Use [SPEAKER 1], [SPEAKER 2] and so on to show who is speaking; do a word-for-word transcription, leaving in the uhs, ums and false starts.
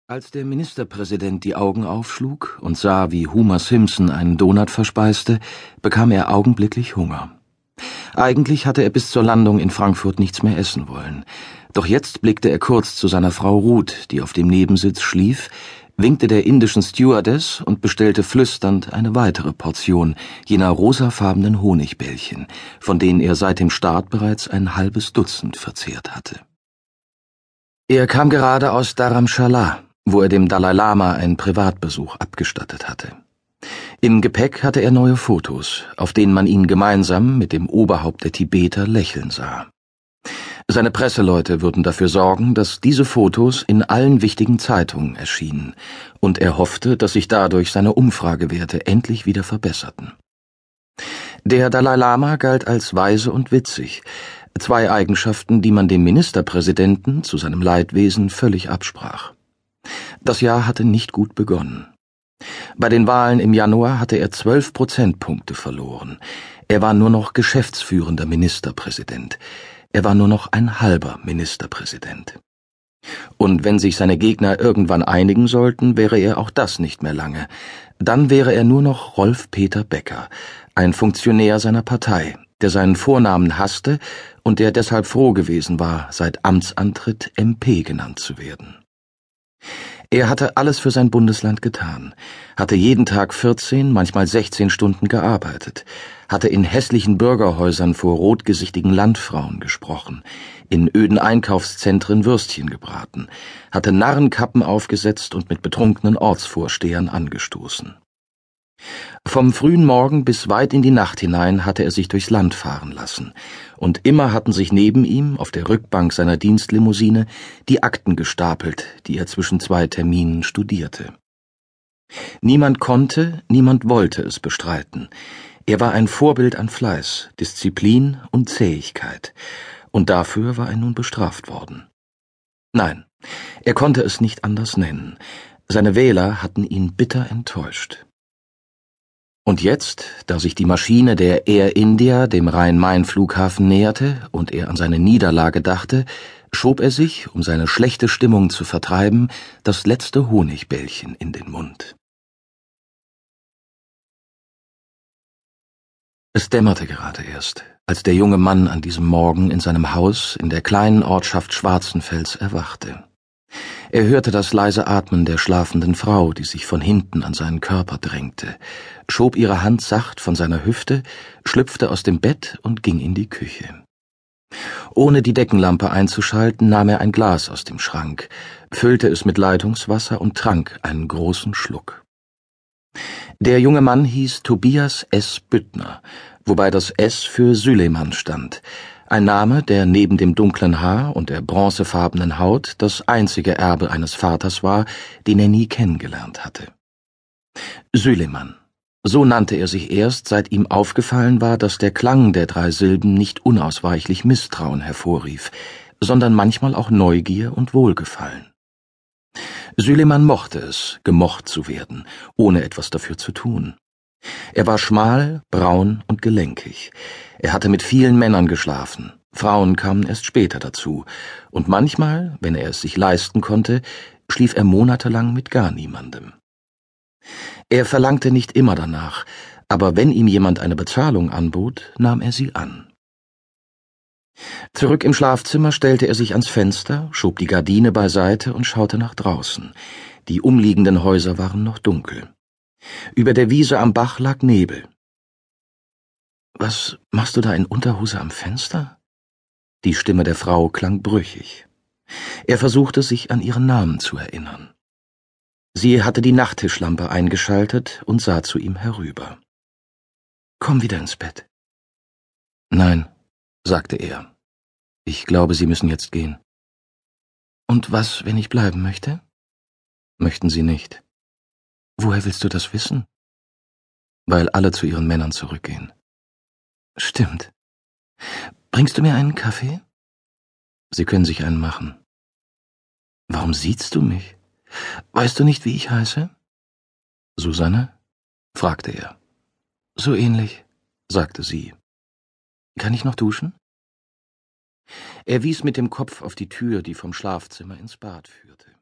[SPEAKER 1] Als der Ministerpräsident die Augen aufschlug und sah, wie Homer Simpson einen Donut verspeiste, bekam er augenblicklich Hunger. Eigentlich hatte er bis zur Landung in Frankfurt nichts mehr essen wollen. Doch jetzt blickte er kurz zu seiner Frau Ruth, die auf dem Nebensitz schlief, winkte der indischen Stewardess und bestellte flüsternd eine weitere Portion jener rosafarbenen Honigbällchen, von denen er seit dem Start bereits ein halbes Dutzend verzehrt hatte. Er kam gerade aus Dharamshala, wo er dem Dalai Lama einen Privatbesuch abgestattet hatte. Im Gepäck hatte er neue Fotos, auf denen man ihn gemeinsam mit dem Oberhaupt der Tibeter lächeln sah. Seine Presseleute würden dafür sorgen, dass diese Fotos in allen wichtigen Zeitungen erschienen, und er hoffte, dass sich dadurch seine Umfragewerte endlich wieder verbesserten. Der Dalai Lama galt als weise und witzig, zwei Eigenschaften, die man dem Ministerpräsidenten zu seinem Leidwesen völlig absprach. Das Jahr hatte nicht gut begonnen. Bei den Wahlen im Januar hatte er zwölf Prozentpunkte verloren. Er war nur noch geschäftsführender Ministerpräsident. Er war nur noch ein halber Ministerpräsident. Und wenn sich seine Gegner irgendwann einigen sollten, wäre er auch das nicht mehr lange. Dann wäre er nur noch Rolf-Peter Becker, ein Funktionär seiner Partei, der seinen Vornamen hasste und der deshalb froh gewesen war, seit Amtsantritt M P genannt zu werden. Er hatte alles für sein Bundesland getan, hatte jeden Tag vierzehn, manchmal sechzehn Stunden gearbeitet, hatte in hässlichen Bürgerhäusern vor rotgesichtigen Landfrauen gesprochen, in öden Einkaufszentren Würstchen gebraten, hatte Narrenkappen aufgesetzt und mit betrunkenen Ortsvorstehern angestoßen. Vom frühen Morgen bis weit in die Nacht hinein hatte er sich durchs Land fahren lassen, und immer hatten sich neben ihm auf der Rückbank seiner Dienstlimousine die Akten gestapelt, die er zwischen zwei Terminen studierte. Niemand konnte, niemand wollte es bestreiten. Er war ein Vorbild an Fleiß, Disziplin und Zähigkeit, und dafür war er nun bestraft worden. Nein, er konnte es nicht anders nennen. Seine Wähler hatten ihn bitter enttäuscht. Und jetzt, da sich die Maschine der Air India dem Rhein-Main-Flughafen näherte und er an seine Niederlage dachte, schob er sich, um seine schlechte Stimmung zu vertreiben, das letzte Honigbällchen in den Mund. Es dämmerte gerade erst, als der junge Mann an diesem Morgen in seinem Haus in der kleinen Ortschaft Schwarzenfels erwachte. Er hörte das leise Atmen der schlafenden Frau, die sich von hinten an seinen Körper drängte, schob ihre Hand sacht von seiner Hüfte, schlüpfte aus dem Bett und ging in die Küche. Ohne die Deckenlampe einzuschalten, nahm er ein Glas aus dem Schrank, füllte es mit Leitungswasser und trank einen großen Schluck. Der junge Mann hieß Tobias S. Büttner, wobei das S für Süleyman stand, ein Name, der neben dem dunklen Haar und der bronzefarbenen Haut das einzige Erbe eines Vaters war, den er nie kennengelernt hatte. Süleyman. So nannte er sich erst, seit ihm aufgefallen war, dass der Klang der drei Silben nicht unausweichlich Misstrauen hervorrief, sondern manchmal auch Neugier und Wohlgefallen. Süleyman mochte es, gemocht zu werden, ohne etwas dafür zu tun. Er war schmal, braun und gelenkig. Er hatte mit vielen Männern geschlafen, Frauen kamen erst später dazu, und manchmal, wenn er es sich leisten konnte, schlief er monatelang mit gar niemandem. Er verlangte nicht immer danach, aber wenn ihm jemand eine Bezahlung anbot, nahm er sie an. Zurück im Schlafzimmer stellte er sich ans Fenster, schob die Gardine beiseite und schaute nach draußen. Die umliegenden Häuser waren noch dunkel. Über der Wiese am Bach lag Nebel. »Was machst du da in Unterhose am Fenster?« Die Stimme der Frau klang brüchig. Er versuchte, sich an ihren Namen zu erinnern. Sie hatte die Nachttischlampe eingeschaltet und sah zu ihm herüber. »Komm wieder ins Bett.« »Nein«, sagte er. »Ich glaube, Sie müssen jetzt gehen.« »Und was, wenn ich bleiben möchte?« »Möchten Sie nicht.« »Woher willst du das wissen?« »Weil alle zu ihren Männern zurückgehen.« »Stimmt. Bringst du mir einen Kaffee?« »Sie können sich einen machen.« »Warum siehst du mich? Weißt du nicht, wie ich heiße?« »Susanne?« fragte er. »So ähnlich«, sagte sie. »Kann ich noch duschen?« Er wies mit dem Kopf auf die Tür, die vom Schlafzimmer ins Bad führte.